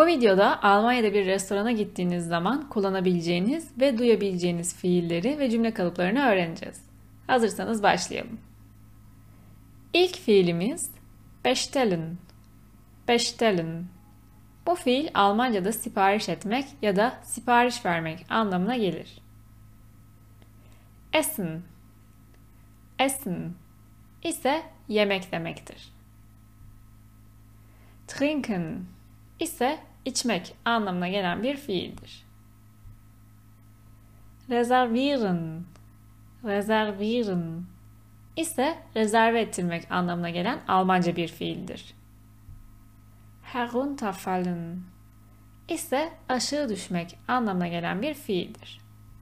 Bu videoda Almanya'da bir restorana gittiğiniz zaman kullanabileceğiniz ve duyabileceğiniz fiilleri ve cümle kalıplarını öğreneceğiz. Hazırsanız başlayalım. İlk fiilimiz bestellen. Bestellen. Bu fiil Almanca'da sipariş etmek ya da sipariş vermek anlamına gelir. Essen. Essen ise yemek demektir. Trinken ise içmek anlamına gelen bir fiildir. Reservieren, reservieren ise rezerve ettirmek anlamına gelen Almanca bir fiildir. Herunterfallen ise aşağı düşmek anlamına gelen bir fiildir.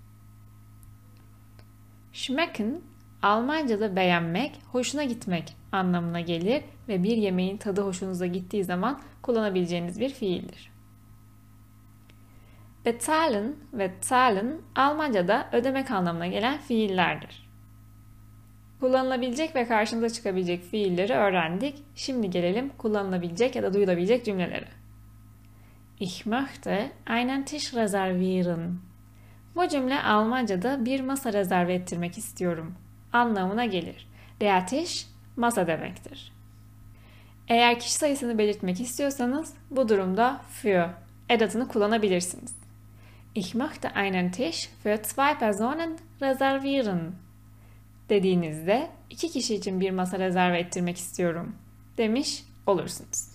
Schmecken, Almanca'da beğenmek, hoşuna gitmek anlamına gelir ve bir yemeğin tadı hoşunuza gittiği zaman kullanabileceğiniz bir fiildir. Bezahlen ve zahlen Almanca'da ödemek anlamına gelen fiillerdir. Kullanılabilecek ve karşımıza çıkabilecek fiilleri öğrendik. Şimdi gelelim kullanılabilecek ya da duyulabilecek cümlelere. Ich möchte einen Tisch reservieren. Bu cümle Almanca'da bir masa rezerve ettirmek istiyorum anlamına gelir. Der Tisch, masa demektir. Eğer kişi sayısını belirtmek istiyorsanız bu durumda für edatını kullanabilirsiniz. Ich möchte einen Tisch für 2 Personen reservieren dediğinizde 2 kişi için bir masa rezerve ettirmek istiyorum demiş olursunuz.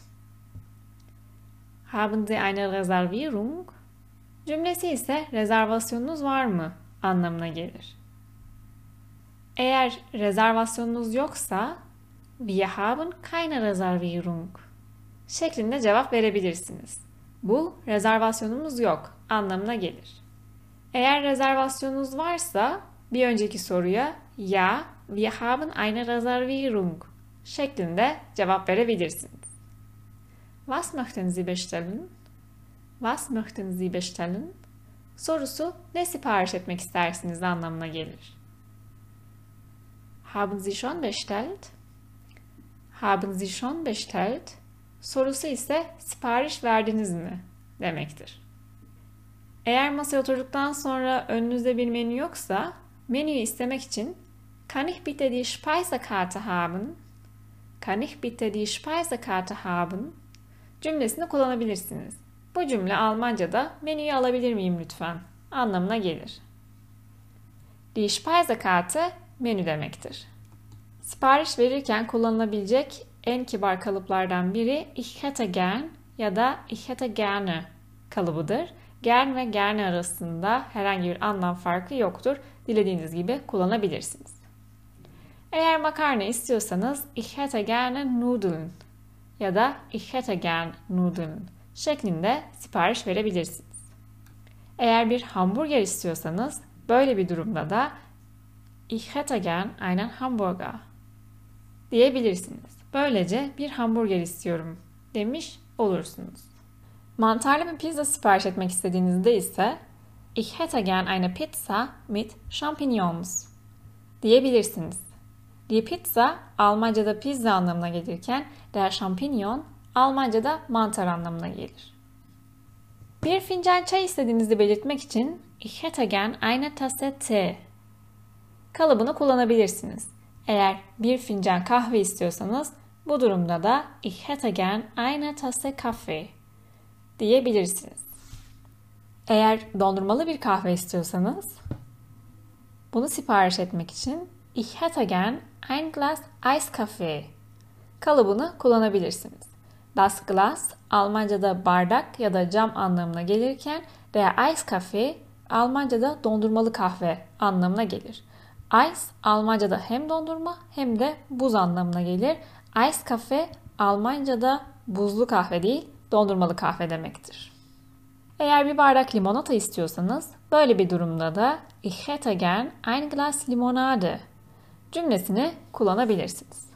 Haben Sie eine Reservierung? Cümlesi ise rezervasyonunuz var mı anlamına gelir. Eğer rezervasyonunuz yoksa wir haben keine Reservierung şeklinde cevap verebilirsiniz. Bu rezervasyonumuz yok anlamına gelir. Eğer rezervasyonunuz varsa bir önceki soruya ja, wir haben eine Reservierung şeklinde cevap verebilirsiniz. Was möchten Sie bestellen? Was möchten Sie bestellen? Sorusu ne sipariş etmek istersiniz anlamına gelir. Haben Sie schon bestellt? Haben Sie schon bestellt? Sorusu ise sipariş verdiniz mi demektir. Eğer masaya oturduktan sonra önünüzde bir menü yoksa menüyü istemek için Kann ich bitte die Speisekarte haben? Kann ich bitte die Speisekarte haben? Cümlesini kullanabilirsiniz. Bu cümle Almanca'da menüyü alabilir miyim lütfen anlamına gelir. Die Speisekarte menü demektir. Sipariş verirken kullanılabilecek en kibar kalıplardan biri ich hätte gern ya da ich hätte gerne kalıbıdır. Gern ve gerne arasında herhangi bir anlam farkı yoktur. Dilediğiniz gibi kullanabilirsiniz. Eğer makarna istiyorsanız ich hätte gerne Nudeln ya da ich hätte gern Nudeln şeklinde sipariş verebilirsiniz. Eğer bir hamburger istiyorsanız böyle bir durumda da ich hätte gern einen Hamburger diyebilirsiniz. Böylece bir hamburger istiyorum demiş olursunuz. Mantarlı bir pizza sipariş etmek istediğinizde ise ich hätte gern eine Pizza mit Champignons diyebilirsiniz. Die Pizza Almanca'da pizza anlamına gelirken der Champignon Almanca'da mantar anlamına gelir. Bir fincan çay istediğinizi belirtmek için ich hätte gern eine Tasse Tee kalıbını kullanabilirsiniz. Eğer bir fincan kahve istiyorsanız bu durumda da ich hätte gern eine Tasse Kaffee diyebilirsiniz. Eğer dondurmalı bir kahve istiyorsanız bunu sipariş etmek için ich hätte gern ein Glas Eiskaffee kalıbını kullanabilirsiniz. Das Glas Almanca'da bardak ya da cam anlamına gelirken der Eiskaffee Almanca'da dondurmalı kahve anlamına gelir. Eis Almanca'da hem dondurma hem de buz anlamına gelir. Eiskaffee Almanca'da buzlu kahve değil, dondurmalı kahve demektir. Eğer bir bardak limonata istiyorsanız böyle bir durumda da ich hätte gern ein Glas Limonade cümlesini kullanabilirsiniz.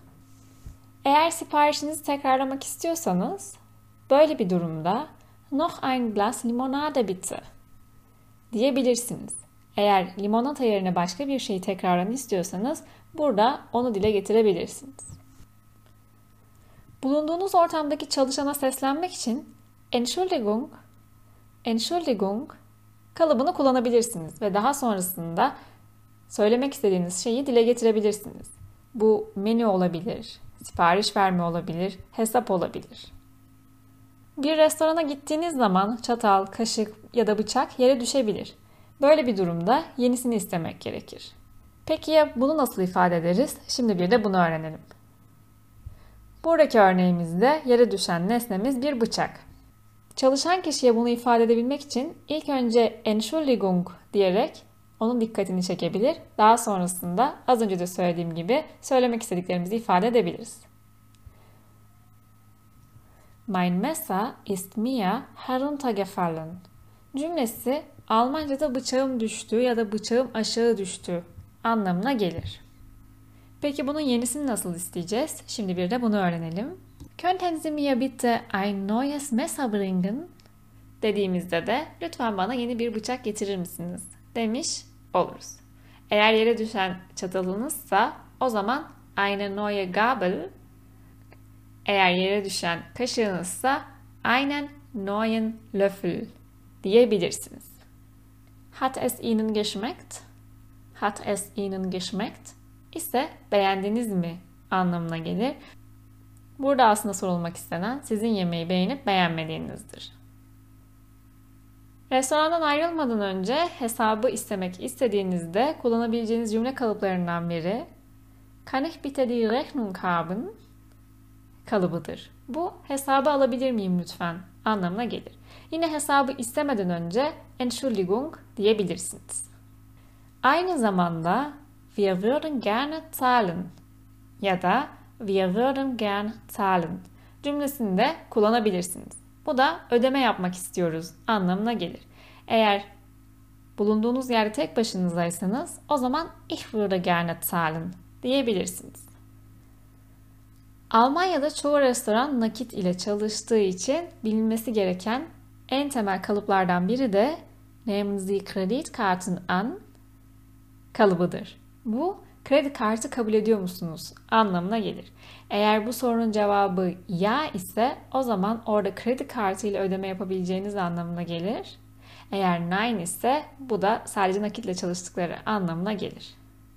Eğer siparişinizi tekrarlamak istiyorsanız böyle bir durumda noch ein Glas Limonade bitte diyebilirsiniz. Eğer limonata yerine başka bir şeyi tekrarını istiyorsanız burada onu dile getirebilirsiniz. Bulunduğunuz ortamdaki çalışana seslenmek için Entschuldigung, Entschuldigung kalıbını kullanabilirsiniz ve daha sonrasında söylemek istediğiniz şeyi dile getirebilirsiniz. Bu menü olabilir, sipariş verme olabilir, hesap olabilir. Bir restorana gittiğiniz zaman çatal, kaşık ya da bıçak yere düşebilir. Böyle bir durumda yenisini istemek gerekir. Peki ya bunu nasıl ifade ederiz? Şimdi bir de bunu öğrenelim. Buradaki örneğimizde yere düşen nesnemiz bir bıçak. Çalışan kişiye bunu ifade edebilmek için ilk önce Entschuldigung diyerek onun dikkatini çekebilir. Daha sonrasında az önce de söylediğim gibi söylemek istediklerimizi ifade edebiliriz. Mein Messer ist mir heruntergefallen cümlesi Almanca'da bıçağım düştü ya da bıçağım aşağı düştü anlamına gelir. Peki bunun yenisini nasıl isteyeceğiz? Şimdi bir de bunu öğrenelim. Könnten Sie mir bitte ein neues Messer bringen? Dediğimizde de lütfen bana yeni bir bıçak getirir misiniz? Demiş oluruz. Eğer yere düşen çatalınızsa o zaman eine neue Gabel. Eğer yere düşen kaşığınızsa einen neuen Löffel diyebilirsiniz. Hat es Ihnen geschmeckt? Hat es Ihnen geschmeckt? ise beğendiniz mi anlamına gelir. Burada aslında sorulmak istenen sizin yemeği beğenip beğenmediğinizdir. Restorandan ayrılmadan önce hesabı istemek istediğinizde kullanabileceğiniz cümle kalıplarından biri Kann ich bitte die Rechnung haben? Kalıbıdır. Bu hesabı alabilir miyim lütfen anlamına gelir. Yine hesabı istemeden önce Entschuldigung diyebilirsiniz. Aynı zamanda Wir würden gerne zahlen ya da Wir würden gern zahlen cümlesini de kullanabilirsiniz. Bu da ödeme yapmak istiyoruz anlamına gelir. Eğer bulunduğunuz yerde tek başınızaysanız o zaman Ich würde gerne zahlen diyebilirsiniz. Almanya'da çoğu restoran nakit ile çalıştığı için bilinmesi gereken en temel kalıplardan biri de Nehmen Sie Kreditkarten an kalıbıdır. Bu kredi kartı kabul ediyor musunuz anlamına gelir. Eğer bu sorunun cevabı ya ise o zaman orada kredi kartı ile ödeme yapabileceğiniz anlamına gelir. Eğer nein ise bu da sadece nakitle çalıştıkları anlamına gelir.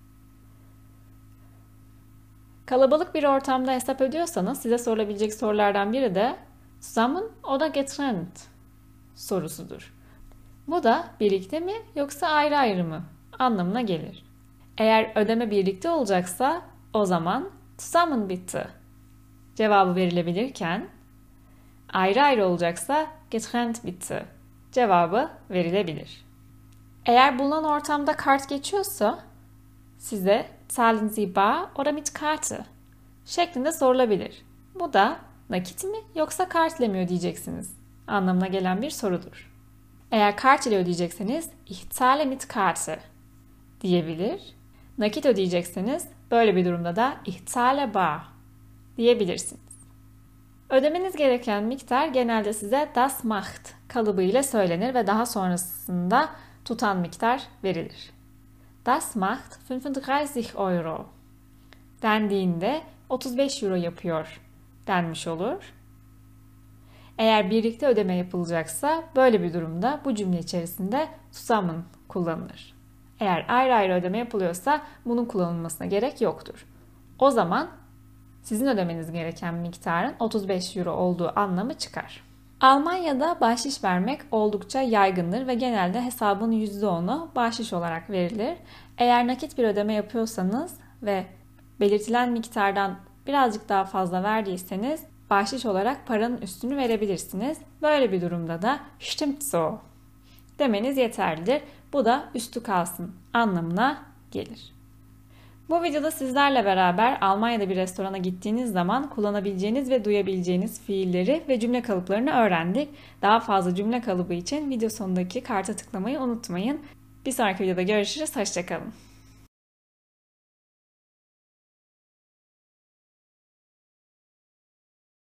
Kalabalık bir ortamda hesap ödüyorsanız size sorulabilecek sorulardan biri de zusammen oder getrennt sorusudur. Bu da birlikte mi yoksa ayrı ayrı mı anlamına gelir. Eğer ödeme birlikte olacaksa o zaman zusammen bitte cevabı verilebilirken ayrı ayrı olacaksa getrennt bitte cevabı verilebilir. Eğer bulunan ortamda kart geçiyorsa size zahlen Sie bar oder mit Karte şeklinde sorulabilir. Bu da nakit mi yoksa kart ile mi ödeyeceksiniz anlamına gelen bir sorudur. Eğer kart ile ödeyecekseniz Ich zahle mit Karte diyebilir. Nakit ödeyecekseniz böyle bir durumda da Ich zahle bar diyebilirsiniz. Ödemeniz gereken miktar genelde size das macht kalıbı ile söylenir ve daha sonrasında tutan miktar verilir. Das macht 35 Euro dendiğinde 35 euro yapıyor denmiş olur. Eğer birlikte ödeme yapılacaksa böyle bir durumda bu cümle içerisinde zusammen kullanılır. Eğer ayrı ayrı ödeme yapılıyorsa bunun kullanılmasına gerek yoktur. O zaman sizin ödemeniz gereken miktarın 35 euro olduğu anlamı çıkar. Almanya'da bahşiş vermek oldukça yaygındır ve genelde hesabın %10'u bahşiş olarak verilir. Eğer nakit bir ödeme yapıyorsanız ve belirtilen miktardan birazcık daha fazla verdiyseniz bahşiş olarak paranın üstünü verebilirsiniz. Böyle bir durumda da stimmt so demeniz yeterlidir. Bu da üstü kalsın anlamına gelir. Bu videoda sizlerle beraber Almanya'da bir restorana gittiğiniz zaman kullanabileceğiniz ve duyabileceğiniz fiilleri ve cümle kalıplarını öğrendik. Daha fazla cümle kalıbı için video sonundaki karta tıklamayı unutmayın. Bir sonraki videoda görüşürüz. Hoşça kalın.